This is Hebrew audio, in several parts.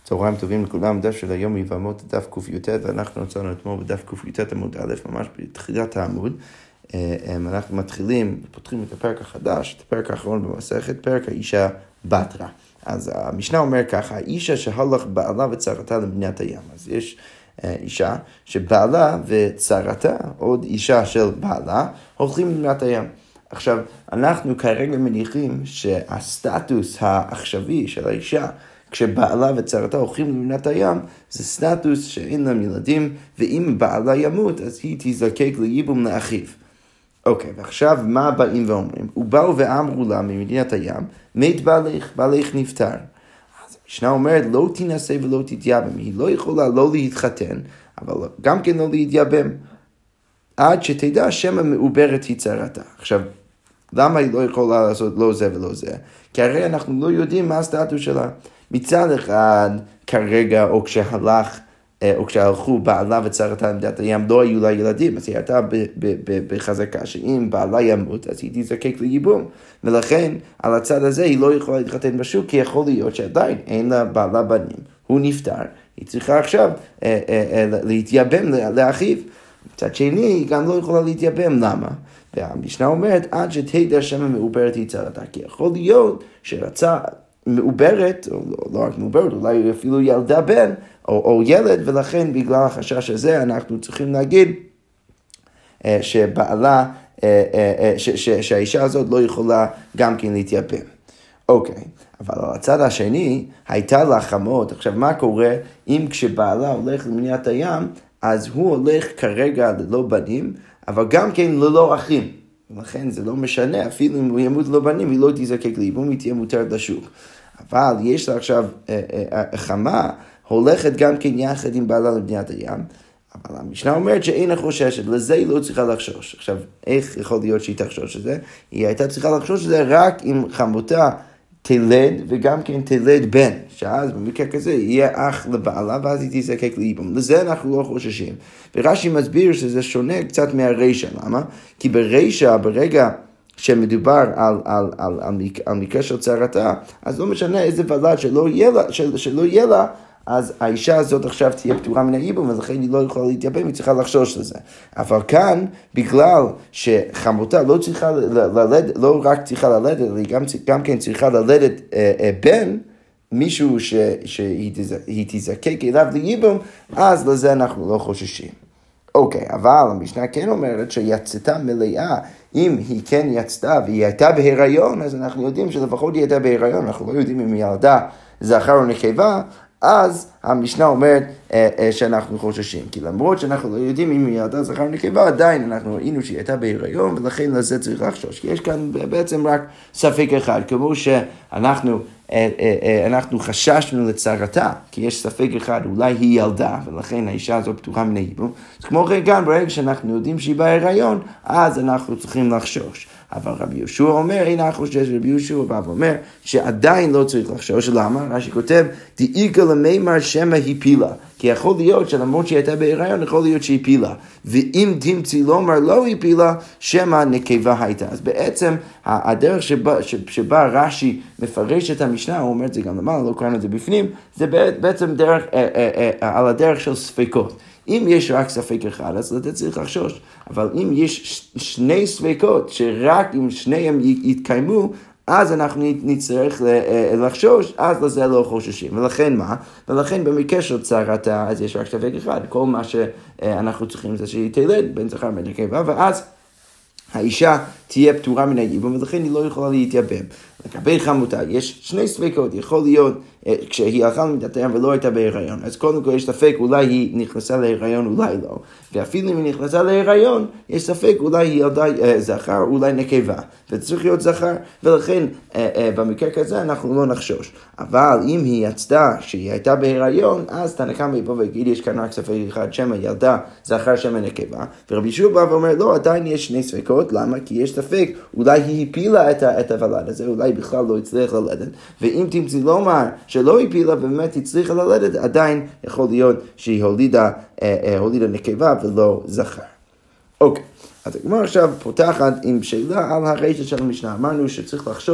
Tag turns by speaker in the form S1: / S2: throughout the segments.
S1: צהריים טובים לכולם, דף של היום יבמות דף ק"ט, ואנחנו נוצרנו אתמול בדף ק"ט עמוד א', ממש בתחילת העמוד. אנחנו מתחילים, פותחים את הפרק החדש, את הפרק האחרון במסכת, פרק האישה בתרא. אז המשנה אומר ככה, האישה שהלך בעלה וצרתה לבניית הים. אז יש אישה שבעלה וצרתה, עוד אישה של בעלה, הולכים לבניית הים. עכשיו, אנחנו כרגע מניחים שהסטטוס העכשווי של האישה, כשבעלה וצרתה הולכים לבניית הים, זה סטטוס שאין להם ילדים, ואם בעלה ימות, אז היא תזדקק לייבום לאחיו. אוקיי, ועכשיו מה באים ואומרים? ובאו ואמרו לה ממדינת הים, מת בעלך נפטר. אז המשנה אומרת, לא תנסה ולא תתייבם, היא לא יכולה לא להתחתן, אבל גם כן לא להתייבם, עד שתדע שם המעוברת היא צרתה. עכשיו, למה היא לא יכולה לעשות לא זה ולא זה? כי הרי אנחנו לא יודעים מה הסטטוס שלה. מצד אחד, כרגע, או כשהלך, או כשהלכו בעלה וצרתה למדינת הים, לא היו לה ילדים, אז היא הייתה בחזקה שאם בעלה ימות, אז היא תזדקק לייבום. ולכן, על הצד הזה, היא לא יכולה להתחתן בשוק, כי יכול להיות שעדיין אין לה בעלה בנים. הוא נפטר, היא צריכה עכשיו להתייבם לאחיו. מצד שני, היא גם לא יכולה להתייבם, למה? והמשנה אומרת, עד שתדע שם המעוברת היא צרתה, כי יכול להיות שרצה מעוברת, או לא רק מעוברת, אולי אפילו ילדה בן, או ילד, ולכן בגלל החשש הזה אנחנו צריכים להגיד שבעלה, שהאישה הזאת לא יכולה גם כן להתייבם. אוקיי, אבל על הצד השני, הייתה לה חמות. עכשיו מה קורה אם כשבעלה הולך למדינת הים, אז הוא הולך כרגע ללא בנים, אבל גם כן ללא אחים. ולכן זה לא משנה, אפילו אם הוא ימות ללא בנים, היא לא תזדקק לייבום, היא תהיה מותרת לשוק. אבל יש לה עכשיו חמה, הולכת גם כן יחד עם בעלה לבניית הים, אבל המשנה אומרת שאין חוששת, לזה היא לא צריכה לחשוש. עכשיו, איך יכול להיות שהיא תחשוש את זה? היא הייתה צריכה לחשוש את זה רק אם חמותה תלד וגם כן תלד בן, שאז במקרה כזה יהיה אח לבעלה ואז היא תזדקק לייבום. לזה אנחנו לא חוששים. ורש"י מסביר שזה שונה קצת מהרישא. למה? כי ברישא, ברגע שמדובר על מקרה של צרתה, אז לא משנה איזה ולד שלא יהיה לה, אז האישה הזאת עכשיו תהיה פטורה מן הייבום, ולכן היא לא יכולה להתייבם, היא צריכה לחשוש לזה. אבל כאן, בגלל שחמותה לא צריכה ללדת, לא רק צריכה ללדת, אלא היא גם כן צריכה ללדת בן, מישהו שהיא תזקק אליו לייבום, אז לזה אנחנו לא חוששים. אוקיי, אבל המשנה כן אומרת שיצאתה מלאה, אם היא כן יצאה והיא הייתה בהיריון, אז אנחנו יודעים שלפחות היא הייתה בהיריון, אנחנו לא יודעים אם היא ילדה זכר או נקבה, אז המשנה אומרת שאנחנו חוששים, כי למרות שאנחנו לא יודעים אם היא ילדה זכר או נקבה, עדיין אנחנו ראינו שהיא הייתה בהיריון, ולכן לזה צריך לחשוש, כי יש כאן בעצם רק ספק אחד, כמו שאנחנו חששנו לצרתה, כי יש ספק אחד, אולי היא ילדה, ולכן האישה הזו פתוחה מן הייבום. אז כמו כן, ברגע שאנחנו יודעים שהיא בהיריון, אז אנחנו צריכים לחשוש. אבל רבי יהושע אומר, הנה חושש, רבי יהושע בא ואומר, שעדיין לא צריך לחשוש. למה? רש"י כותב, דאיכא למימר שמא הפילה. כי יכול להיות שלמרות שהיא הייתה בהיריון, יכול להיות שהיא הפילה. ואם תמצאי לומר לא הפילה, שמא נקבה הייתה. אז בעצם הדרך שבה רש"י מפרש את המשנה, הוא אומר את זה גם למעלה, לא קראנו את זה בפנים, זה בעצם על הדרך של ספקות. אם יש רק ספק אחד, אז אתה צריך לחשוש. אבל אם יש שני ספקות, שרק אם שניהם יתקיימו, אז אנחנו נצטרך לחשוש, אז לזה לא חוששים. ולכן מה? ולכן במקרה של צרתה, אז יש רק ספק אחד. כל מה שאנחנו צריכים זה שהיא תלד בין זכר ובין נקבה, ואז האישה תהיה פטורה מן הייבום, ולכן היא לא יכולה להתייבם. לגבי חמותה, יש שני ספקות, יכול להיות כשהיא הלכה למדינת הים ולא הייתה בהיריון. אז קודם כל יש ספק, אולי היא נכנסה להיריון, אולי לא. ואפילו אם היא נכנסה להיריון, יש ספק, אולי היא ילדה זכר, אולי נקבה. וצריך להיות זכר, ולכן במקרה כזה אנחנו לא נחשוש. אבל אם היא יצאה שהיא הייתה בהיריון, אז תנא קמא יבוא ויגיד, יש כאן רק ספק אחד, שמא ילדה זכר שמא נקבה. ורבי יהושע בא ואומר, לא, עדיין יש שני ספקות. למה? כי יש ספק, אולי היא הפילה את הוולד הזה, אולי בכלל לא הצליח ללדת. ואם תמצאי לומר שלא הפילה ובאמת הצליחה ללדת, עדיין יכול להיות שהיא הולידה נקבה ולא זכר. אוקיי, אז הגמרא עכשיו פותחת עם שאלה על הרשת של המשנה. אמרנו שצריך לחשוש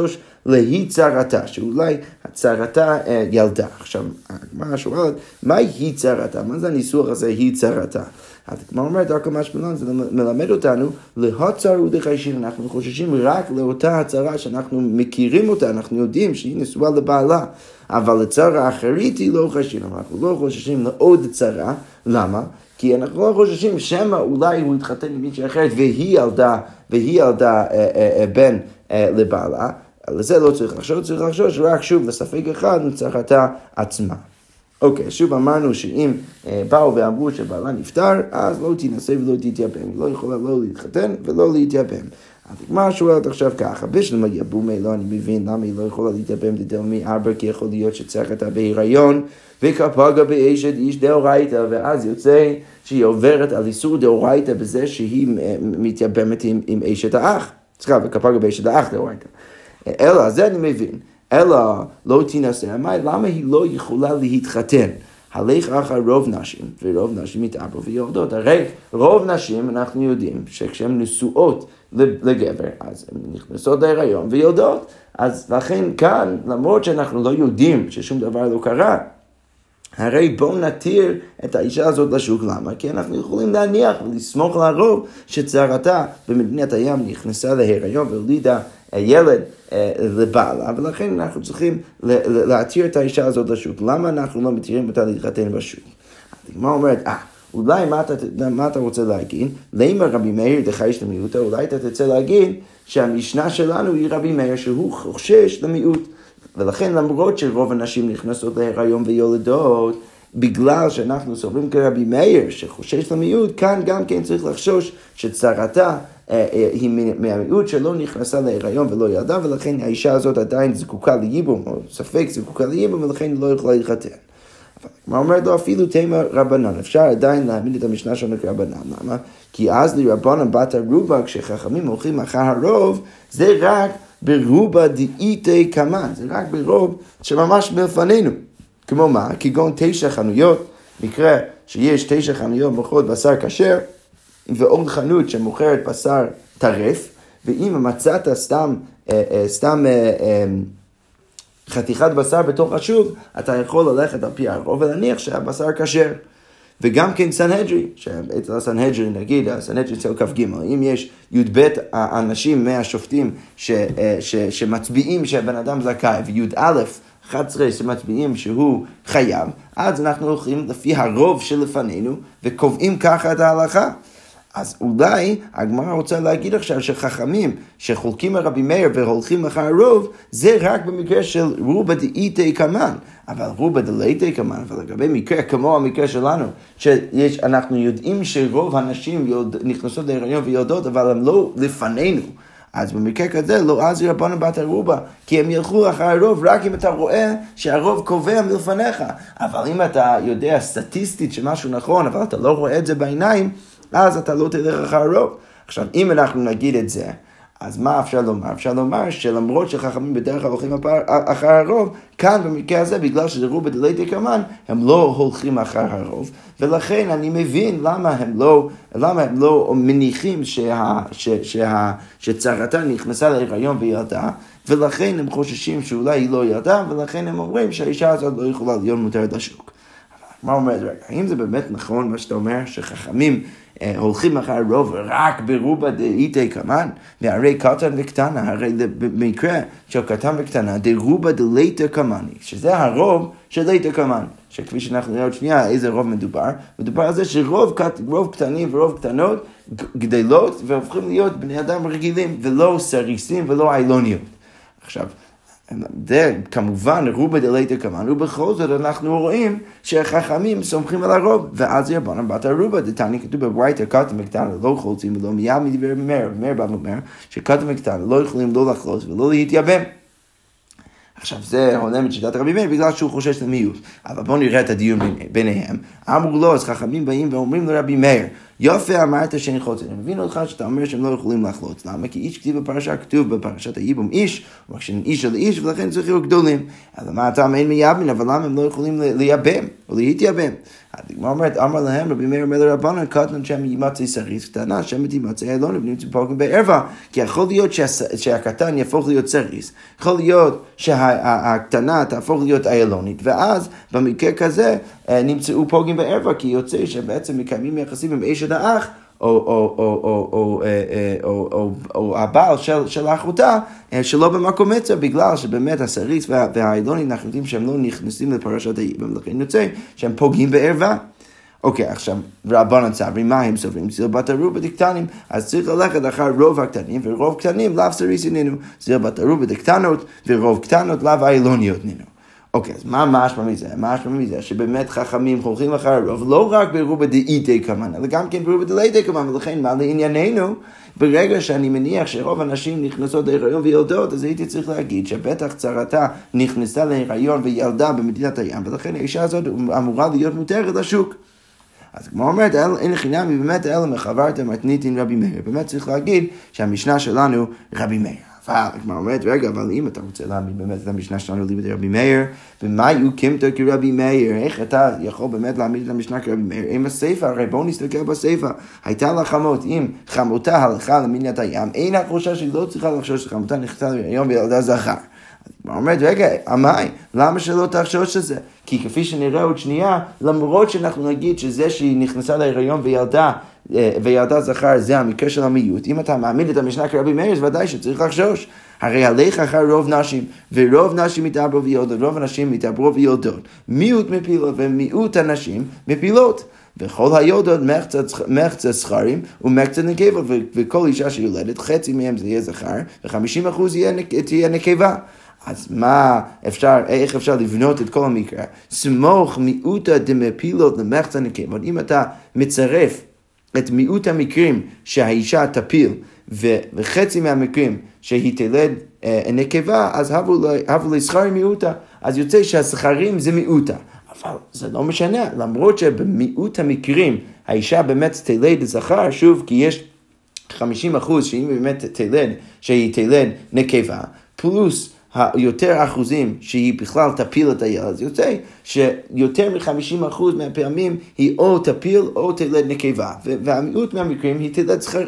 S1: להיא צרתה, שאולי הצרתה ילדה. עכשיו, מה שואלת, מה היא צרתה? מה זה הניסוח הזה, היא צרתה? אז כמו אומר דרכו משמעון, זה מלמד אותנו, להצר ודחיישין, אנחנו חוששים רק לאותה הצרה שאנחנו מכירים אותה, אנחנו יודעים שהיא נשואה לבעלה, אבל לצרה האחרית היא לא חששים, אנחנו לא חוששים לעוד צרה, למה? כי אנחנו לא חוששים שמא אולי הוא יתחתן עם מישהי אחרת והיא ילדה בן לבעלה, לזה לא צריך לחשוש, רק שוב לספק אחד מצרתה עצמה. אוקיי, שוב אמרנו שאם באו ואמרו שבעלה נפטר, אז לא תנסה ולא תתייבם, היא לא יכולה לא להתחתן ולא להתייבם. אז מה שואלת עכשיו ככה, בשלמה יבומי, לא אני מבין למה היא לא יכולה להתייבם לדלמי 4, כי יכול להיות שצריכתה בהיריון, וכפגה באשת איש דאורייתא, ואז יוצא שהיא עוברת על איסור דאורייתא בזה שהיא מתייבמת עם אשת האח. סליחה, וכפגה באשת האח דאורייתא. אלא, זה אני מבין. אלא לא תנסה, למה היא לא יכולה להתחתן? הלך אחר רוב נשים, ורוב נשים מתאבו ויולדות. הרי רוב נשים אנחנו יודעים שכשהן נשואות לגבר, אז הן נכנסות להיריון ויולדות. אז לכן כאן, למרות שאנחנו לא יודעים ששום דבר לא קרה, הרי בואו נתיר את האישה הזאת לשוק. למה? כי אנחנו יכולים להניח ולסמוך על הרוב שצרתה במדינת הים נכנסה להיריון והולידה ילד לבעלה, ולכן אנחנו צריכים להתיר את האישה הזאת לשוק. למה אנחנו לא מתירים אותה להתחתן בשוק? מה אומרת? אולי מה אתה רוצה להגיד? למה רבי מאיר דחייש למיעוטה? אולי אתה תצא להגיד שהמשנה שלנו היא רבי מאיר שהוא חושש למיעוט. ולכן למרות שרוב הנשים נכנסות להיריון ויולדות, בגלל שאנחנו סוברים כרבי מאיר שחושש למיעוט, כאן גם כן צריך לחשוש שצרתה היא מהמיעוט שלא נכנסה להיריון ולא ילדה, ולכן האישה הזאת עדיין זקוקה לייבום, או ספק זקוקה לייבום, ולכן היא לא יכולה להתחתן. מה אומרת לו? אפילו תימא רבנן, אפשר עדיין להעמיד את המשנה שלנו כרבנן. למה? כי אז לרבנן בת הרובה, כשחכמים הולכים אחר הרוב, זה רק ברובה דאיתי כמן, זה רק ברוב שממש מלפנינו. כמו מה? כגון 9 חנויות, מקרה שיש 9 חנויות מוכרות בשר כשר, ועוד חנות שמוכרת בשר טרף, ואם מצאת סתם חתיכת בשר בתוך השוק, אתה יכול ללכת על פי הרוב ולהניח שהבשר כשר. וגם כן סנהדרין, שאצל הסנהדרין, נגיד, הסנהדרין אצל כ"ג, אם יש י"ב אנשים מהשופטים שמצביעים שהבן אדם זכאי, וי"א 11 שמצביעים שהוא חייב, אז אנחנו הולכים לפי הרוב שלפנינו, וקובעים ככה את ההלכה. אז אולי הגמרא רוצה להגיד עכשיו שחכמים שחולקים מרבי מאיר והולכים אחר הרוב, זה רק במקרה של רובה דאיתי כמן. אבל רובה דלייתי כמן, אבל לגבי מקרה כמו המקרה שלנו, אנחנו יודעים שרוב הנשים נכנסות להיריון ויולדות, אבל הם לא לפנינו. אז במקרה כזה לא אז רבנן בת הרובה, כי הם ילכו אחר הרוב רק אם אתה רואה שהרוב קובע מלפניך. אבל אם אתה יודע סטטיסטית שמשהו נכון, אבל אתה לא רואה את זה בעיניים, אז אתה לא תלך אחר הרוב. עכשיו, אם אנחנו נגיד את זה, אז מה אפשר לומר? אפשר לומר שלמרות שחכמים בדרך כלל הולכים אחר הרוב, כאן במקרה הזה, בגלל שזה רובה דלייתי כמן, הם לא הולכים אחר הרוב, ולכן אני מבין למה הם לא מניחים שצרתה נכנסה להיריון וילדה, ולכן הם חוששים שאולי היא לא ילדה, ולכן הם אומרים שהאישה הזאת לא יכולה להיות מותרת לשוק. מה אומרת? רגע, האם זה באמת נכון מה שאתה אומר, שחכמים הולכים אחר הרוב רק ברובה דאיתי כמן? והרי קטן וקטנה, הרי במקרה של קטן וקטנה, דרובה דלייתי כמן, שזה הרוב של לייתי כמן, שכפי שאנחנו נראה עוד שנייה, איזה רוב מדובר? מדובר על זה שרוב קטנים ורוב קטנות גדלות והופכים להיות בני אדם רגילים, ולא סריסים ולא איילוניות. עכשיו, זה כמובן רובה דלייתי כמן, ובכל זאת אנחנו רואים שהחכמים סומכים על הרוב, ואז רבנן בת הרובה, דתניא כתוב בברייתא, קטן וקטנה לא חולצים ולא מיד מדבר מאיר בא ואומר שקטן וקטנה לא יכולים לא לחלוץ ולא להתייבם. עכשיו זה הולם את שיטת רבי מאיר בגלל שהוא חושש למיעוט. אבל בואו נראה את הדיון ביניהם. אמרו לו, אז חכמים באים ואומרים לרבי מאיר, יופי אמרת שאין חוצץ. אני מבין אותך שאתה אומר שהם לא יכולים לחלוץ. למה? כי איש כתיב בפרשה, כתוב בפרשת הייבום איש, ומקשין איש על איש, ולכן צריך להיות גדולים. אז מה אתה אין מייבם, אבל למה הם לא יכולים לייבם או להתייבם? הדגמרא אומרת, אמר להם רבי מאיר אומר לרבנן, קטן שם ימצא סריס, קטנה שם ימצא אלון, ובנים פוגעים בערווה, כי יכול להיות שהקטן יהפוך להיות סריס, יכול להיות שהקטנה תהפוך להיות איילונית, ואז במקרה כזה נמצאו פוגעים בערווה, כי יוצא שבעצם מקיימים יחסים עם אשת האח, או הבעל של האחותה שלא במקום מצא, בגלל שבאמת הסריס והאילונית אנחנו יודעים שהם לא נכנסים לפרשת הייבום, לכן יוצא שהם פוגעים בערווה. אוקיי, עכשיו רבנן סוברים, מה הם סוברים? זיל בת ערובה דקטנים, אז צריך ללכת אחר רוב הקטנים, ורוב קטנים לאו סריס איננו, זיל בת ערובה דקטנות, ורוב קטנות לאו האילוניות איננו. אוקיי, אז מה משמע מזה? משמע מזה שבאמת חכמים הולכים אחר הרוב, לא רק ברובה דאיתי כמן, אלא גם כן ברובה דלייתי כמן, ולכן מה לענייננו? ברגע שאני מניח שרוב הנשים נכנסות להיריון וילדות, אז הייתי צריך להגיד שבטח צרתה נכנסה להיריון וילדה במדינת הים, ולכן האישה הזאת אמורה להיות מותרת לשוק. אז כמו אומרת, אין חינם, באמת אלה מחברתם מתניתין רבי מאיר. באמת צריך להגיד שהמשנה שלנו רבי מאיר. אבל כמו אומרת, רגע, אבל אם אתה רוצה להעמיד באמת את המשנה שלנו ליבד רבי מאיר, ומה יוקמת כרבי מאיר? איך אתה יכול באמת להעמיד את המשנה כרבי מאיר? עם הספר, הרי בואו נסתכל בספר. הייתה לה חמות, אם חמותה הלכה למדינת הים, אין החושה שהיא לא צריכה לחשוש שחמותה נכנסה להיריון וילדה זכר. היא אומרת, רגע, עמי, למה שלא תחשוש לזה? כי כפי שנראה עוד שנייה, למרות שאנחנו נגיד שזה שהיא נכנסה להיריון וילדה זכר, זה המקרה של המיעוט. אם אתה מעמיד את המשנה כרבי מאיר, אז ודאי שצריך לחשוש. הרי הלך אחר רוב נשים, ורוב נשים מתעברו ויולדות, רוב הנשים מתעברו ויולדות. מיעוט מפילות ומיעוט הנשים מפילות. וכל היולדות מחצה זכרים ומחצה נקבה, וכל אישה שיולדת, חצי מהם זה יהיה זכר, ו50% תהיה נקבה. אז איך אפשר לבנות את כל המקרה? סמוך מיעוטה דמפילות למחצה נקבה. אם אתה מצרף את מיעוט המקרים שהאישה תפיל, וחצי מהמקרים שהיא תלד נקבה, אז הבו לזכר מיעוטה. אז יוצא שהזכרים זה מיעוטה. אבל זה לא משנה, למרות שבמיעוט המקרים האישה באמת תלד זכר, שוב, כי יש 50% שהיא באמת תלד, שהיא תלד נקבה, פלוס היותר אחוזים שהיא בכלל תפיל את הילד, אז יוצא שיותר מ-50% מהפעמים היא או תפיל או תלד נקבה, והמיעוט מהמקרים היא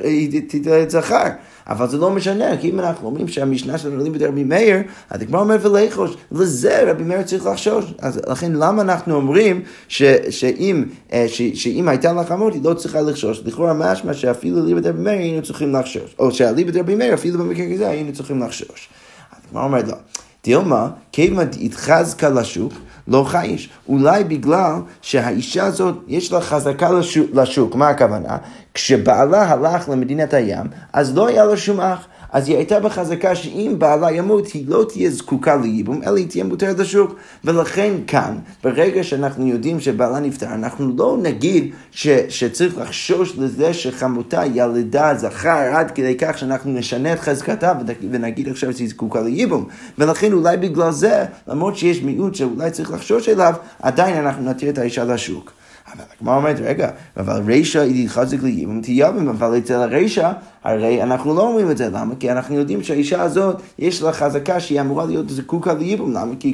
S1: תלד זכר. אבל זה לא משנה, כי אם אנחנו אומרים שהמשנה שלנו ליבד רבי מאיר, אז כבר אומר ולחוש, לזה רבי מאיר צריך לחשוש. אז לכן למה אנחנו אומרים שאם הייתה לה חמות, היא לא צריכה לחשוש? לכאורה משמע שאפילו ליבד רבי מאיר היינו צריכים לחשוש, או שהליבד רבי מאיר אפילו במקרה כזה היינו צריכים לחשוש. מה אומר לו? דילמה, כיוון התחזקה לשוק, לא חייש. אולי בגלל שהאישה הזאת יש לה חזקה לשוק. מה הכוונה? כשבעלה הלך למדינת הים, אז לא היה לה שום אח. אז היא הייתה בחזקה שאם בעלה ימות, היא לא תהיה זקוקה לייבום, אלא היא תהיה מותרת לשוק. ולכן כאן, ברגע שאנחנו יודעים שבעלה נפטר, אנחנו לא נגיד שצריך לחשוש לזה שחמותה ילדה זכר, עד כדי כך שאנחנו נשנה את חזקתה ונגיד עכשיו שהיא זקוקה לייבום. ולכן אולי בגלל זה, למרות שיש מיעוט שאולי צריך לחשוש אליו, עדיין אנחנו נתיר את האישה לשוק. אבל כמו אומרת, רגע, אבל רישה היא חזק לייבום תייבם, אבל אצל הרישה, הרי אנחנו לא אומרים את זה, למה? כי אנחנו יודעים שהאישה הזאת יש לה חזקה שהיא אמורה להיות זקוקה לייבום, למה? כי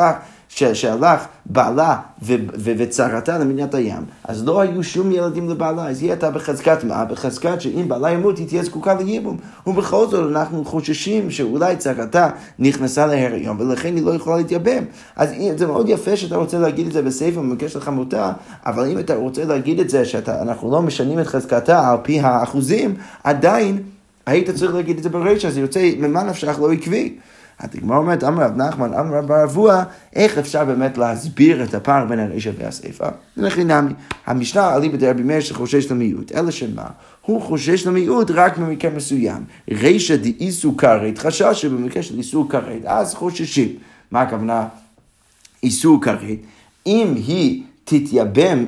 S1: כשהלך בעלה וצרתה למדינת הים, אז לא היו שום ילדים לבעלה, אז היא הייתה בחזקת מה? בחזקת שאם בעלה ימות היא תהיה זקוקה לייבום, ובכל זאת אנחנו חוששים שאולי צרתה נכנסה להיריון, ולכן היא לא יכולה להתייבם. אז זה מאוד יפה שאתה רוצה להגיד את זה בספר במקש לחמותה, אבל אם אתה רוצה להגיד את זה שאנחנו לא משנים את חזקתה על פי האחוזים, עדיין היית צריך להגיד את זה ברישה, זה יוצא ממה נפשך לא עקבי. הגמרא אומרת, אמר רב נחמן, אמר רב בר אבוה, איך אפשר באמת להסביר את הפער בין הרישה והסיפא? לכן נמי, המשנה אליבא דרבי מאיר שחושש למיעוט, אלא שמה? הוא חושש למיעוט רק במקרה מסוים. רישה דאיסור כרת, חשש שבמקרה של איסור כרת, אז חוששים. מה הכוונה איסור כרת? אם היא תתייבם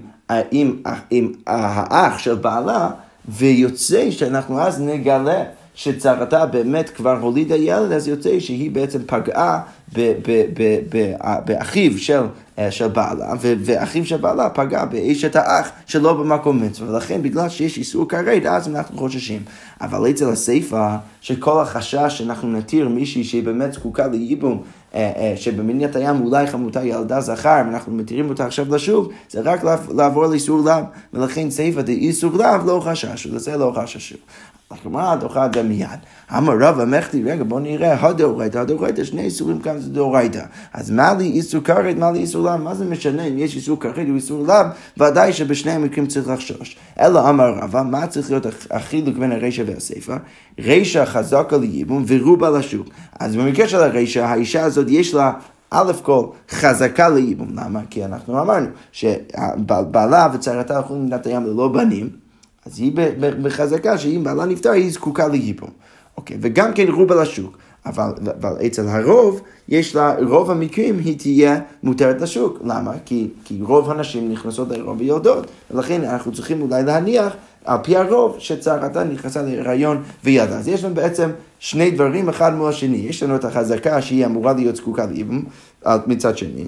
S1: עם האח של בעלה, ויוצא שאנחנו אז נגלה שצרתה באמת כבר הולידה ילד, אז יוצא שהיא בעצם פגעה באחיו של בעלה, ואחיו של בעלה פגע באשת האח שלא במקום מצווה, ולכן בגלל שיש איסור כרת, אז אנחנו חוששים. אבל אצל הסיפה, שכל החשש שאנחנו נתיר מישהי שהיא באמת זקוקה לייבום, שבמניעת הים אולי חמותה ילדה זכר, ואנחנו מתירים אותה עכשיו לשוב, זה רק לעבור לאיסור לאו, ולכן סיפה דאיסור לאו לא חשש, ולזה לא חששו. כלומר, דוחה גם מיד. אמר רב המחתי, רגע, בוא נראה, הדאורייתא, שני איסורים כאן זה דאורייתא. אז מה לי איסור כרת, מה לי איסור לאו? מה זה משנה אם יש איסור כרת או איסור לאו? ודאי שבשני המקרים צריך לחשוש. אלא אמר רבא, מה צריך להיות החילוק בין הרישא והסיפא? רישא חזקה לייבום ורובה לשוק. אז במקרה של הרישא, האישה הזאת יש לה א' כל חזקה לייבום. למה? כי אנחנו אמרנו שבעלה וצרתה יכולים למדינת הים ללא בנים, אז היא בחזקה שאם בעלה נפטר היא זקוקה לייבום. אוקיי, וגם כן רובה לשוק. אבל אצל הרוב, יש לה, רוב המקרים היא תהיה מותרת לשוק. למה? כי רוב הנשים נכנסות להיריון ויולדות, ולכן אנחנו צריכים אולי להניח על פי הרוב שצרתה נכנסה להיריון וילדה. אז יש לנו בעצם שני דברים אחד מול השני. יש לנו את החזקה שהיא אמורה להיות זקוקה לייבום מצד שני.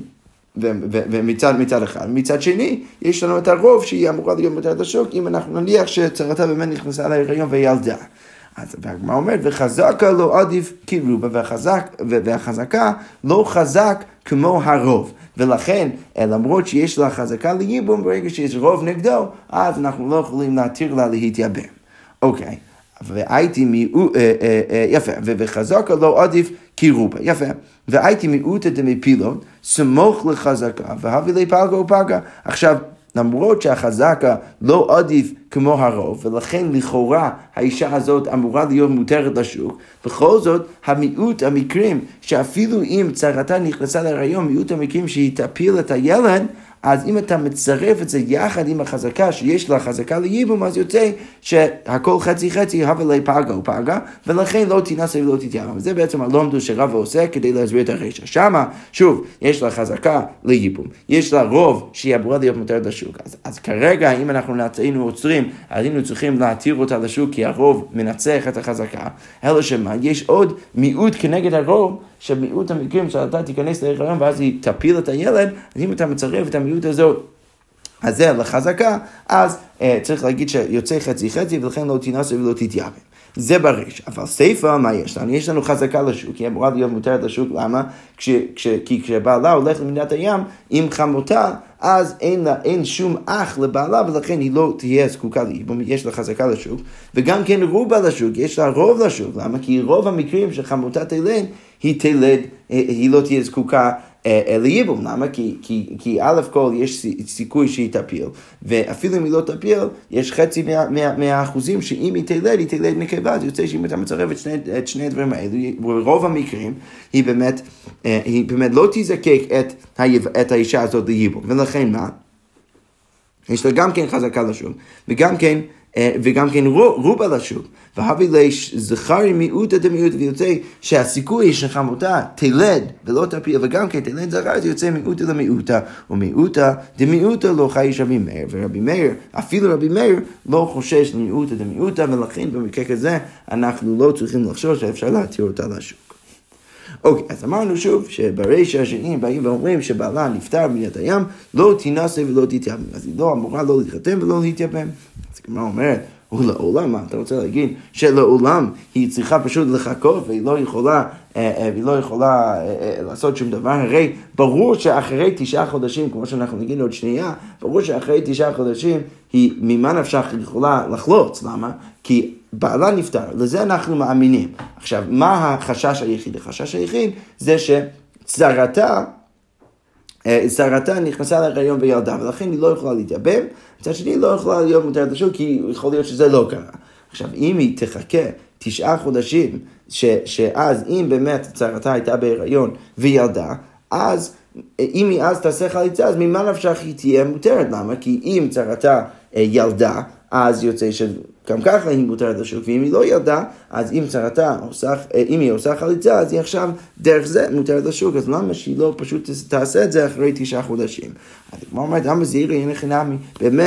S1: ומצד אחד. מצד שני, יש לנו את הרוב שהיא אמורה להיות מותרת לשוק, אם אנחנו נניח שצרתה באמת נכנסה להיריון וילדה. אז הגמרא אומרת, וחזקה לא עדיף כרובה, והחזקה לא חזק כמו הרוב. ולכן, למרות שיש לה חזקה לייבום, ברגע שיש רוב נגדו, אז אנחנו לא יכולים להתיר לה להתייבם. אוקיי. והייתי יפה, וחזקה לא עדיף כרובה. יפה. והייתי מיעוטה דמפילון, סמוך לחזקה, והביא לי פלגה ופגה. עכשיו, למרות שהחזקה לא עדיף כמו הרוב, ולכן לכאורה האישה הזאת אמורה להיות מותרת לשוק, בכל זאת המיעוט המקרים שאפילו אם צרתה נכנסה להיריון, מיעוט המקרים שהיא תפיל את הילד, אז אם אתה מצרף את זה יחד עם החזקה שיש לה חזקה לייבום, אז יוצא שהכל חצי חצי, הווה לי פגה ופגה, ולכן לא תינשא ולא תתייבם. זה בעצם הלומדו שרב עושה כדי להסביר את הרשע. שמה, שוב, יש לה חזקה לייבום, יש לה רוב שהיא אמורה להיות מותרת לשוק. אז כרגע, אם אנחנו היינו עוצרים, היינו צריכים להתיר אותה לשוק, כי הרוב מנצח את החזקה. אלא שמה, יש עוד מיעוט כנגד הרוב, שמיעוט המקרים שאתה תיכנס להיריון ואז היא תפיל את הילד, אז אם אתה מצרף את המיעוט הזאת, אז זה לחזקה, אז צריך להגיד שיוצא חצי חצי, ולכן לא תינשא ולא תתייבם. זה בריש. אבל סיפה, מה יש לנו? יש לנו חזקה לשוק, היא אמורה להיות מותרת לשוק. למה? כי כשבעלה הולך למדינת הים עם חמותה, אז אין שום אח לבעלה, ולכן היא לא תהיה זקוקה לייבום, יש לה חזקה לשוק. וגם כן רובה לשוק, יש לה רוב לשוק. למה? כי רוב המקרים שחמותה תלד, היא לא תהיה זקוקה לייבום. למה? כי א' כל יש סיכוי שהיא תפיל, ואפילו אם היא לא תפיל, יש חצי מהאחוזים שאם היא תלד נקבה, אז יוצא שאם אתה מצרף את שני הדברים האלו, ברוב המקרים היא באמת לא תזקק את האישה הזאת לייבום. ולכן מה? יש לה גם כן חזקה לשוק, וגם כן רובה לשוק. והביא לזכרי מיעוטה דמיעוטה, ויוצא שהסיכוי שחמותה תלד ולא תפיל, וגם כן תלד זכר, זה יוצא מיעוטה למיעוטה, ומיעוטה דמיעוטה לא חייש רבי מאיר. ורבי מאיר, אפילו רבי מאיר, לא חושש למיעוטה דמיעוטה, ולכן במקרה כזה אנחנו לא צריכים לחשוש שאפשר להתיר אותה לשוק. אוקיי, אז אמרנו שוב שברישא השני באים ואומרים שבעלה נפטר במדינת הים, לא תינשא ולא תתייבם. אז היא לא אמורה לא להתחתן ולא להתייבם. אז כמו אומרת, לעולם, מה אתה רוצה להגיד? שלעולם היא צריכה פשוט לחכות, והיא לא יכולה לעשות שום דבר. הרי ברור שאחרי 9 חודשים, כמו שאנחנו נגיד עוד שנייה, ברור שאחרי 9 חודשים היא ממה נפשך יכולה לחלוץ. למה? כי בעלה נפטר, לזה אנחנו מאמינים. עכשיו, מה החשש היחיד? החשש היחיד זה שצרתה נכנסה להיריון וילדה, ולכן היא לא יכולה להתייבם, מצד שני היא לא יכולה להיות מותרת לשוק, כי יכול להיות שזה לא קרה. עכשיו, אם היא תחכה 9 חודשים, שאז אם באמת צרתה הייתה בהיריון וילדה, אז אם היא אז תעשה חליצה, אז ממה נפשך היא תהיה מותרת? למה? כי אם צרתה ילדה, אז יוצא שגם ככה היא מותרת לשוק, ואם היא לא ילדה, אז אם היא עושה חליצה, אז היא עכשיו דרך זה מותרת לשוק, אז למה שהיא לא פשוט תעשה את זה אחרי 9 חודשים? אז כמו אומרת, אמה זהירי אין חינמי, באמת,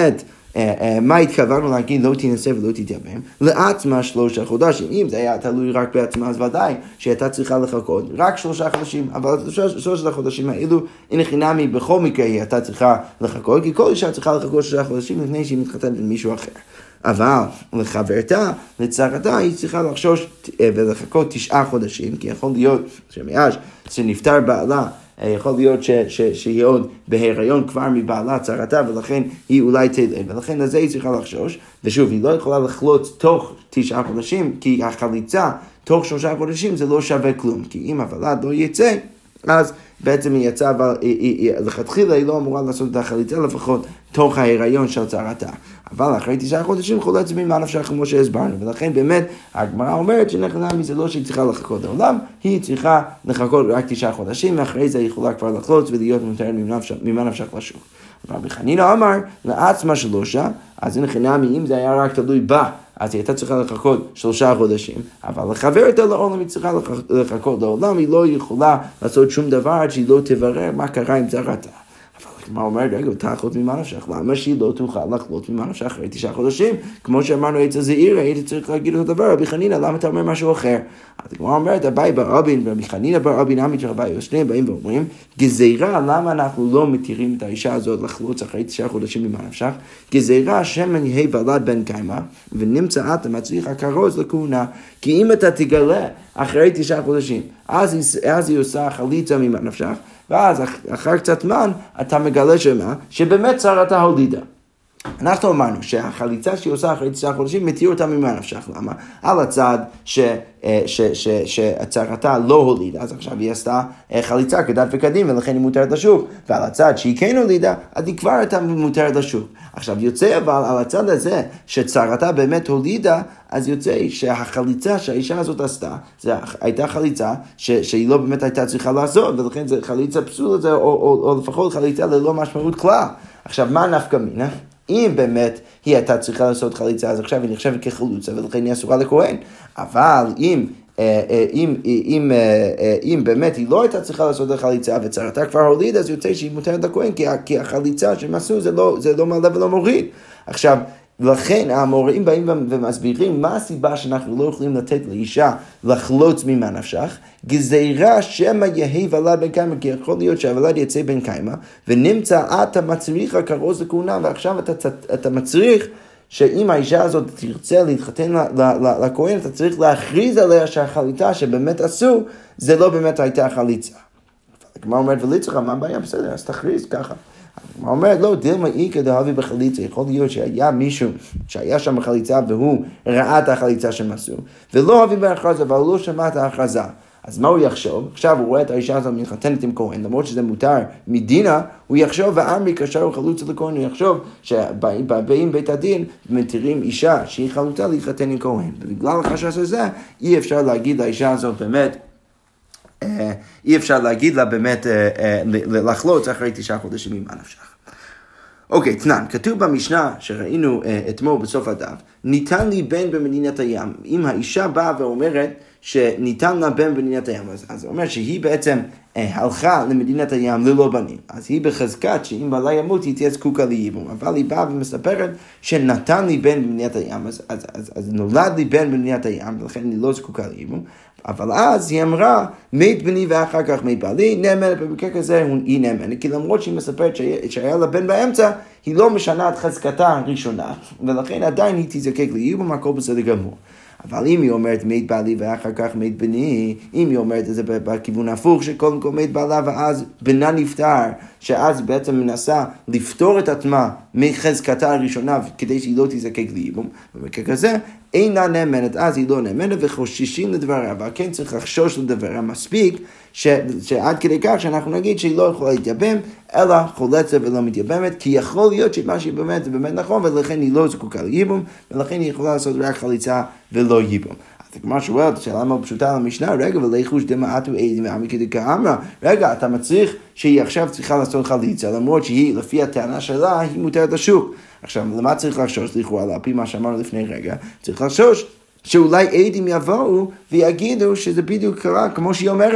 S1: מה התכוונו להגיד לא תנסה ולא תתייבם? לעצמה 3 חודשים. אם זה היה תלוי רק בעצמה, אז ודאי שהייתה צריכה לחכות רק 3 חודשים, אבל 3 החודשים האלו, אין חינמי בכל מקרה היא הייתה צריכה לחכות, כי כל אישה צריכה לחכות 3 חודשים לפני שהיא מתחתנת עם מישהו אחר. אבל לחברתה, לצרתה, היא צריכה לחשוש ולחכות 9 חודשים, כי יכול להיות שמאז שנפטר בעלה, יכול להיות שהיא עוד בהיריון כבר מבעלה צרתה, ולכן היא אולי תלד, ולכן לזה היא צריכה לחשוש, ושוב, היא לא יכולה לחלוץ תוך 9 חודשים, כי החליצה תוך 3 חודשים זה לא שווה כלום, כי אם הוולד לא יצא, אז בעצם היא יצאה, אבל לכתחילה היא לא אמורה לעשות את החליצה לפחות תוך ההיריון של צרתה. אבל אחרי 9 חודשים חולצת ממה נפשך כמו שהסברנו, ולכן באמת הגמרא אומרת שנחנמי זה לא שהיא צריכה לחכות לעולם, היא צריכה לחכות רק 9 חודשים, ואחרי זה היא יכולה כבר לחלוץ ולהיות מותרת ממה נפשך לשוק. אבל רבי חנינא אמר לעצמה 3, אז נחנמי אם זה היה רק תלוי בה, אז היא הייתה צריכה לחכות 3 חודשים, אבל לחברתה לעולם היא צריכה לחכות לעולם, היא לא יכולה לעשות שום דבר עד שהיא לא תברר מה קרה עם צרתה. מה אומר, רגע, תחלות ממה נפשך, למה שהיא לא תוכל לחלות ממה נפשך אחרי 9 חודשים? כמו שאמרנו אצל זעיר, הייתי צריך להגיד את הדבר, רבי חנינא, למה אתה אומר משהו אחר? אז כמו אומרת, אביי בר אבין, רבי חנינא בר אבין, עמית של אביי, שניהם באים ואומרים, גזירה, למה אנחנו לא מתירים את האישה הזאת לחלוץ אחרי 9 חודשים ממה נפשך? גזירה, שמן יהי ולד בן קיימא, ונמצא אתה מצליח הכרוז לכהונה, כי אם אתה תגלה אחרי 9 חודשים, אז היא עושה חליצה ממה נפשך, ואז אחר קצת זמן אתה מגלה שבאמת צרתה הולידה. אנחנו אמרנו שהחליצה שהיא עושה אחרי 9 חודשים מתיר אותה ממה נפשך. למה? על הצד שהצרתה לא הולידה, אז עכשיו היא עשתה חליצה כדת וכדין ולכן היא מותרת לשוק. ועל הצד שהיא כן הולידה, אז היא כבר הייתה מותרת לשוק. עכשיו יוצא אבל על הצד הזה שצרתה באמת הולידה, אז יוצא שהחליצה שהאישה הזאת עשתה, זו הייתה חליצה שהיא לא באמת הייתה צריכה לעשות, ולכן זה חליצה פסול, או לפחות חליצה ללא משמעות כלל. עכשיו מה נפקא מינה? אם באמת היא הייתה צריכה לעשות חליצה, אז עכשיו היא נחשבת כחלוצה, ולכן היא אסורה לכהן. אבל אם באמת היא לא הייתה צריכה לעשות את החליצה, וצרתה כבר הוליד, אז יוצא שהיא מותרת לכהן, כי החליצה שהם עשו זה לא מעלה ולא מוריד. עכשיו, לכן המוראים באים ומסבירים מה הסיבה שאנחנו לא יכולים לתת לאישה לחלוץ ממה נפשך, גזירה שמא יהי ולד בן קיימא, כי יכול להיות שהוולד יצא בן קיימא, ונמצא אתה מצריך הכרוז לכהונה, ועכשיו אתה מצריך שאם האישה הזאת תרצה להתחתן לכהן, אתה צריך להכריז עליה שהחליצה שבאמת עשו, זה לא באמת הייתה חליצה. כמו אומרת וליצחה, מה הבעיה? בסדר, אז תכריז ככה. הוא אומר, לא, דילמה איקא דהבי בחליצה, יכול להיות שהיה מישהו שהיה שם בחליצה והוא ראה את החליצה שהם עשו, ולא אוהבים בהכרזה, אבל הוא לא שמע את ההכרזה. אז מה הוא יחשוב? עכשיו הוא רואה את האישה הזאת מתחתנת עם כהן, למרות שזה מותר מדינה, הוא יחשוב, ועמי כאשר הוא חלוצה לכהן, הוא יחשוב שבאים בית הדין מתירים אישה שהיא חלוצה להתחתן עם כהן. ובגלל החשש הזה, אי אפשר להגיד לאישה הזאת באמת, אי אפשר להגיד לה באמת לחלוץ אחרי 9 חודשים ממה נפשך. אוקיי, תנן, כתוב במשנה שראינו אתמול בסוף הדף, ניתן לי בן במדינת הים. אם האישה באה ואומרת שניתן לה בן במדינת הים, אז אומר שהיא בעצם הלכה למדינת הים ללא בנים. אז היא בחזקת שאם בעלה ימות היא תהיה זקוקה לייבום. אבל היא באה ומספרת שנתן לי בן במדינת הים, אז נולד לי בן במדינת הים, ולכן אני לא זקוקה לייבום. אבל אז היא אמרה, מת בני ואחר כך מת בעלי, נאמנת, במקרה כזה היא נאמנת, כי למרות שהיא מספרת שהיה לה בן באמצע, היא לא משנה את חזקתה הראשונה, ולכן עדיין היא תזקק לייבום, הכל בסדר גמור. אבל אם היא אומרת מת בעלי ואחר כך מת בני, אם היא אומרת את זה בכיוון הפוך, שקודם כל מת בעלה ואז בנה נפטר, שאז בעצם מנסה לפתור את עצמה מחזקתה הראשונה, כדי שהיא לא תזקק לייבום, במקרה כזה, אינה נאמנת, אז היא לא נאמנת וחוששים לדבריה, אבל כן צריך לחשוש לדבריה מספיק, שעד כדי כך שאנחנו נגיד שהיא לא יכולה להתייבם, אלא חולצת ולא מתייבמת, כי יכול להיות שמה שהיא באמת זה באמת נכון, ולכן היא לא זקוקה לייבום, ולכן היא יכולה לעשות רק חליצה ולא ייבום. אז כמו שואל, שאלה מאוד פשוטה למשנה, רגע, ולחוש דמעטו עדים מעמי כדקה אמרה, רגע, אתה מצריך שהיא עכשיו צריכה לעשות חליצה, למרות שהיא, לפי הטענה שלה, היא מותרת לשוק. עכשיו, למה צריך לחשוש? לכאורה, על פי מה שאמרנו לפני רגע, צריך לחשוש שאולי עדים יבואו ויגידו שזה בדיוק קרה כמו שהיא אומרת,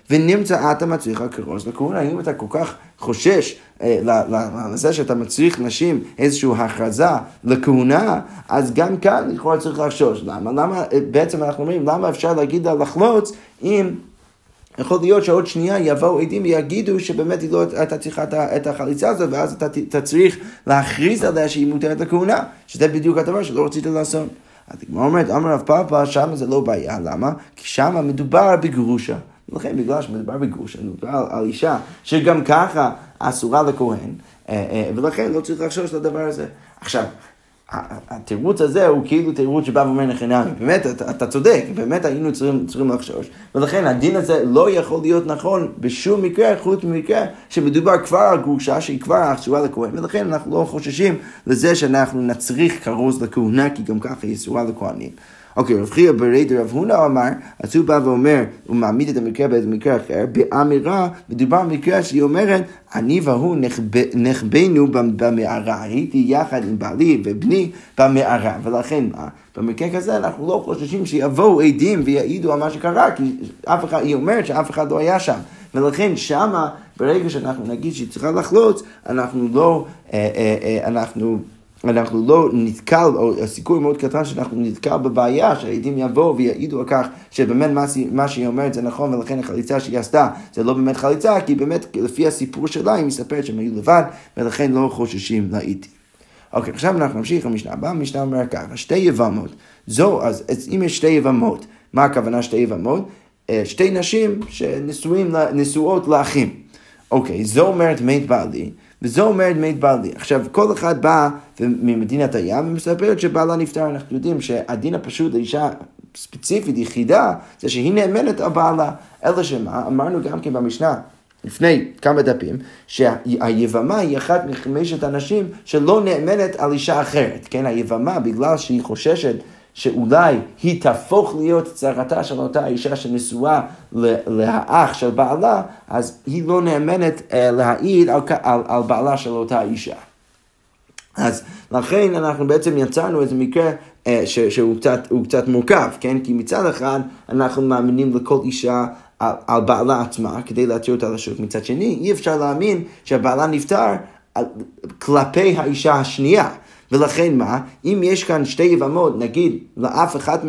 S1: ונמצא אתה מצריך כרוז לכהונה. אם אתה כל כך חושש לזה שאתה מצריך נשים איזושהי הכרזה לכהונה, אז גם כאן לכאורה צריך לחשוש. למה? בעצם אנחנו אומרים, למה אפשר להגיד לה לחלוץ אם יכול להיות שעוד שנייה יבואו עדים ויגידו שבאמת היא לא הייתה צריכה את החליצה הזאת, ואז אתה צריך להכריז עליה שהיא מותרת לכהונה, שזה בדיוק הדבר שלא רצית לעשות. אז כמו אומרת, אמר רב פאפא, שם זה לא בעיה. למה? כי שם מדובר בגרושה. ולכן בגלל שמדובר בגרושה, מדובר על אישה שגם ככה אסורה לכהן, ולכן לא צריך לחשוש לדבר הזה. עכשיו, התירוץ הזה הוא כאילו תירוץ שבא ואומר נחינמי. באמת, אתה צודק, באמת היינו צריכים לחשוש. ולכן הדין הזה לא יכול להיות נכון בשום מקרה, חוץ ממקרה שמדובר כבר על גרושה שהיא כבר אסורה לכהן, ולכן אנחנו לא חוששים לזה שאנחנו נצריך כרוז לכהונה, כי גם ככה היא אסורה לכהנים. אוקיי, רב חייא ברי דרב הונא אמר, אז הוא בא ואומר, הוא מעמיד את המקרה באיזה מקרה אחר, באמירה, מדובר במקרה שהיא אומרת, אני והוא נחבאנו במערה, הייתי יחד עם בעלי ובני במערה, ולכן במקרה כזה אנחנו לא חוששים שיבואו עדים ויעידו על מה שקרה, כי היא אומרת שאף אחד לא היה שם, ולכן שמה, ברגע שאנחנו נגיד שהיא צריכה לחלוץ, אנחנו לא נתקל, או הסיכוי מאוד קטן שאנחנו נתקל בבעיה שהעדים יבואו ויעידו על כך שבאמת מה שהיא אומרת זה נכון, ולכן החליצה שהיא עשתה זה לא באמת חליצה, כי באמת לפי הסיפור שלה היא מספרת שהם היו לבד, ולכן לא חוששים לעידים. אוקיי, עכשיו אנחנו נמשיך המשנה הבאה. המשנה אומר ככה, שתי יבמות. אז אם יש שתי יבמות, מה הכוונה שתי יבמות? שתי נשים שנשואות לאחים. אוקיי, זו אומרת מת בעלי, וזו אומרת מת בעלי. עכשיו, כל אחד בא ממדינת הים ומספרת שבעלה נפטר. אנחנו יודעים שהדין הפשוט לאישה ספציפית יחידה, זה שהיא נאמנת על בעלה. אלא שמה, אמרנו גם כן במשנה, לפני כמה דפים, שהיבמה היא אחת מחמשת אנשים שלא נאמנת על אישה אחרת. כן, היבמה, בגלל שהיא חוששת שאולי היא תהפוך להיות צרתה של אותה אישה שנשואה לאח של בעלה, אז היא לא נאמנת להעיד על בעלה של אותה אישה. אז לכן אנחנו בעצם יצרנו איזה מקרה שהוא קצת מורכב, כן? כי מצד אחד אנחנו מאמינים לכל אישה על בעלה עצמה כדי להתיר אותה לשוק. מצד שני, אי אפשר להאמין שהבעלה נפטר כלפי האישה השנייה. ולכן מה? אם יש כאן שתי יבמות, נגיד, לאף אחד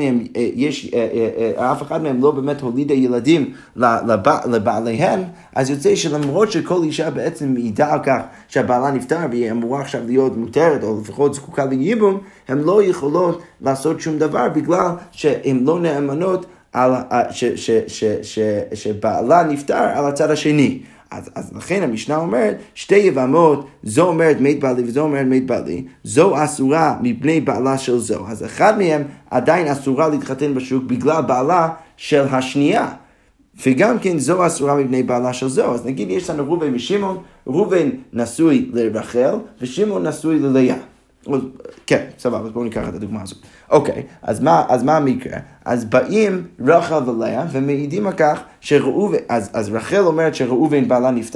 S1: מהם לא באמת הולידה ילדים לבעליהן, אז יוצא שלמרות שכל אישה בעצם מעידה על כך שהבעלה נפטר והיא אמורה עכשיו להיות מותרת או לפחות זקוקה לייבום, הן לא יכולות לעשות שום דבר בגלל שהן לא נאמנות שבעלה נפטר על הצד השני. אז לכן המשנה אומרת, שתי יבמות, זו אומרת מת בעלי וזו אומרת מת בעלי, זו אסורה מבני בעלה של זו. אז אחד מהם עדיין אסורה להתחתן בשוק בגלל בעלה של השנייה. וגם כן זו אסורה מבני בעלה של זו. אז נגיד יש לנו ראובן ושמעון, ראובן נשוי לרחל ושמעון נשוי ללאה. כן, סבבה, אז בואו ניקח את הדוגמה הזאת. אוקיי, אז מה המקרה? אז באים רחל ולאה ומעידים על כך אז רחל אומרת שראובן בעלה נפטר,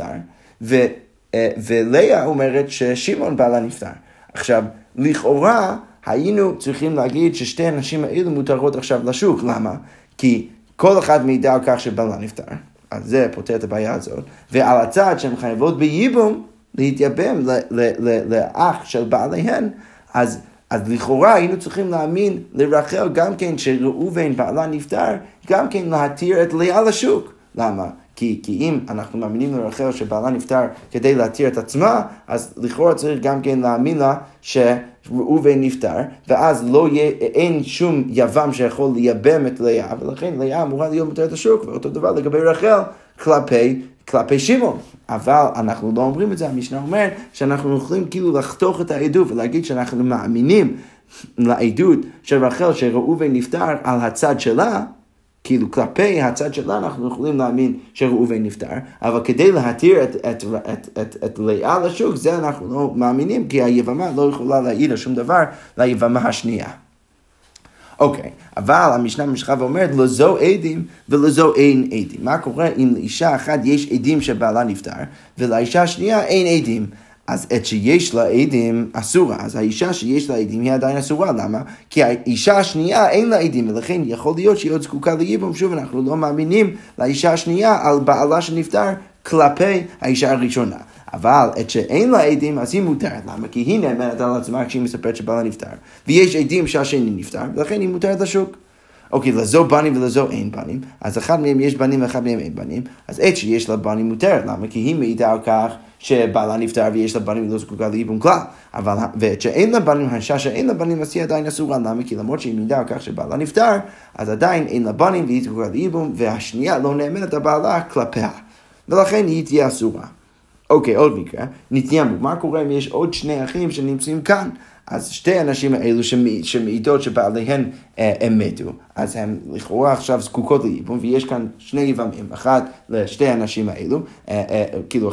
S1: ולאה אומרת ששמעון בעלה נפטר. עכשיו, לכאורה היינו צריכים להגיד ששתי הנשים האלו מותרות עכשיו לשוק. למה? כי כל אחד מעידה על כך שבעלה נפטר. אז זה פותר את הבעיה הזאת. ועל הצד שהן חייבות בייבום, להתייבם לאח של בעליהן, אז לכאורה היינו צריכים להאמין לרחל גם כן שראובן בעלה נפטר, גם כן להתיר את לאה לשוק. למה? כי אם אנחנו מאמינים לרחל שבעלה נפטר כדי להתיר את עצמה, אז לכאורה צריך גם כן להאמין לה שראובן נפטר, ואז אין שום יבם שיכול לייבם את לאה, ולכן לאה אמורה להיות מותרת לשוק, ואותו דבר לגבי רחל כלפי שמעון. אבל אנחנו לא אומרים את זה. המשנה אומר שאנחנו יכולים כאילו לחתוך את העדות ולהגיד שאנחנו מאמינים לעדות של רחל שראובן נפטר על הצד שלה, כאילו כלפי הצד שלה אנחנו יכולים להאמין שראובן נפטר, אבל כדי להתיר את לאה לשוק, זה אנחנו לא מאמינים, כי היבמה לא יכולה להעיד על שום דבר ליבמה השנייה. אוקיי, אבל המשנה ממשיכה ואומרת, לזו עדים ולזו אין עדים. מה קורה אם לאישה אחת יש עדים שבעלה נפטר, ולאישה השנייה אין עדים? אז את שיש לה עדים אסורה, אז האישה שיש לה עדים היא עדיין אסורה, למה? כי האישה השנייה אין לה עדים, ולכן יכול להיות שהיא עוד זקוקה לייבום. שוב, אנחנו לא מאמינים לאישה השנייה על בעלה שנפטר כלפי האישה הראשונה. אבל את שאין לה עדים, אז היא מותרת. למה? כי היא נאמנת על עצמה כשהיא מספרת שבעלה נפטר. ויש עדים שהשני נפטר, ולכן היא מותרת לשוק. אוקיי, לזו בנים ולזו אין בנים, אז אחד מהם יש בנים ואחד מהם אין בנים, אז את שיש לה בנים מותרת. למה? כי היא מעידה על כך שבעלה נפטר ויש לה בנים ולא זקוקה לייבום כלל. ואת שאין לה בנים, האישה שאין לה בנים, אז היא עדיין אסורה. למה? כי למרות שהיא מעידה על כך שבעלה נפטר, אז עדיין אין לה בנים והיא זקוקה לייבום, והשנייה לא נאמנת על בעלה כלפיה. ולכן היא תהיה אסורה. אוקיי, עוד מקרה, נתיימנו, מה קורה אם יש עוד שני אחים שנמצאים כאן? אז שתי אנשים האלו שמעידות שבעליהן הם מתו, אז הם לכאורה עכשיו זקוקות לייבום, ויש כאן שני יבמים, אחד לשתי האנשים האלו, כאילו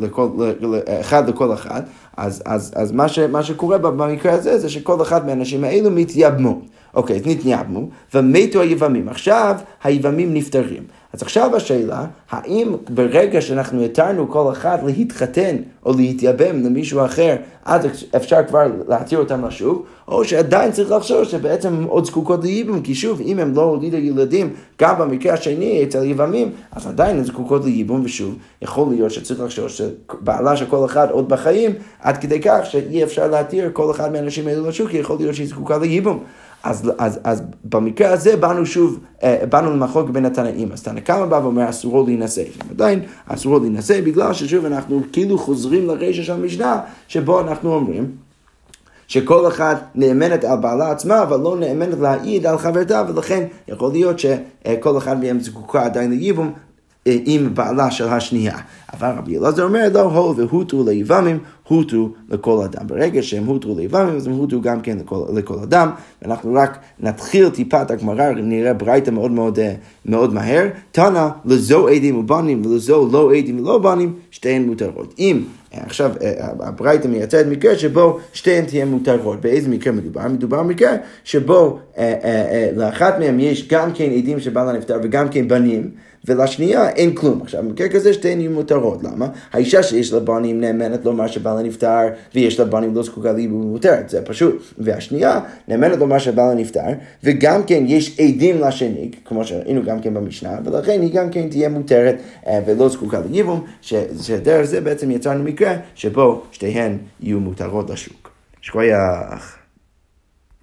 S1: אחד לכל אחד, אז מה שקורה במקרה הזה, זה שכל אחד מהאנשים האלו מתייבמו. אוקיי, אז נתייבמו, ומתו היבמים. עכשיו היבמים נפטרים. אז עכשיו השאלה, האם ברגע שאנחנו התרנו כל אחד להתחתן או להתייבם למישהו אחר, אז אפשר כבר להתיר אותם לשוב, או שעדיין צריך לחשוב שבעצם הם עוד זקוקות לייבום, כי שוב, אם הם לא הולידו ילדים, גם במקרה השני אצל יבמים, אז עדיין הם זקוקות לייבום, ושוב, יכול להיות שצריך לחשוב שבעלה של כל אחד עוד בחיים, עד כדי כך שאי אפשר להתיר כל אחד מהאנשים האלו לשוב, כי יכול להיות שהיא זקוקה לייבום. אז במקרה הזה באנו למחלוק בין התנאים. אז תנא קמא בא ואומר אסורו להינשא. עדיין אסורו להינשא בגלל ששוב אנחנו כאילו חוזרים לרישא של המשנה, שבו אנחנו אומרים שכל אחד נאמנת על בעלה עצמה, אבל לא נאמנת להעיד על חברתה, ולכן יכול להיות שכל אחד מהם זקוקה עדיין לייבום עם בעלה של השנייה. אבל רבי אלעזר אומר, לא, והותרו ליבמים, הותרו לכל אדם. ברגע שהם הותרו ליבמים, אז הם הותרו גם כן לכל אדם. ואנחנו רק נתחיל טיפת הגמרא, נראה ברייתא מאוד מהר. תנא, לזו עדים ובנים, ולזו לא עדים ולא בנים, שתיהן מותרות. אם עכשיו הברייתא מייצרת מקרה שבו שתיהן תהיה מותרות. באיזה מקרה מדובר? מדובר מקרה שבו לאחת מהם יש גם כן עדים שבעלה נפטר וגם כן בנים, ולשנייה אין כלום. עכשיו, במקרה כזה שתיהן יהיו מותרות. למה? האישה שיש לה בנים נאמנת לומר שבעלה נפטר, ויש לה בנים לא זקוקה לייבום מותרת. זה פשוט. והשנייה נאמנת לומר שבעלה נפטר, וגם כן יש עדים לשני, כמו שראינו גם כן במשנה, ולכן היא גם כן תהיה מותרת ולא זקוקה לייבום, שדרך זה בעצם יצרנו מקרה שבו שתיהן יהיו מותרות לשוק. שכוייח.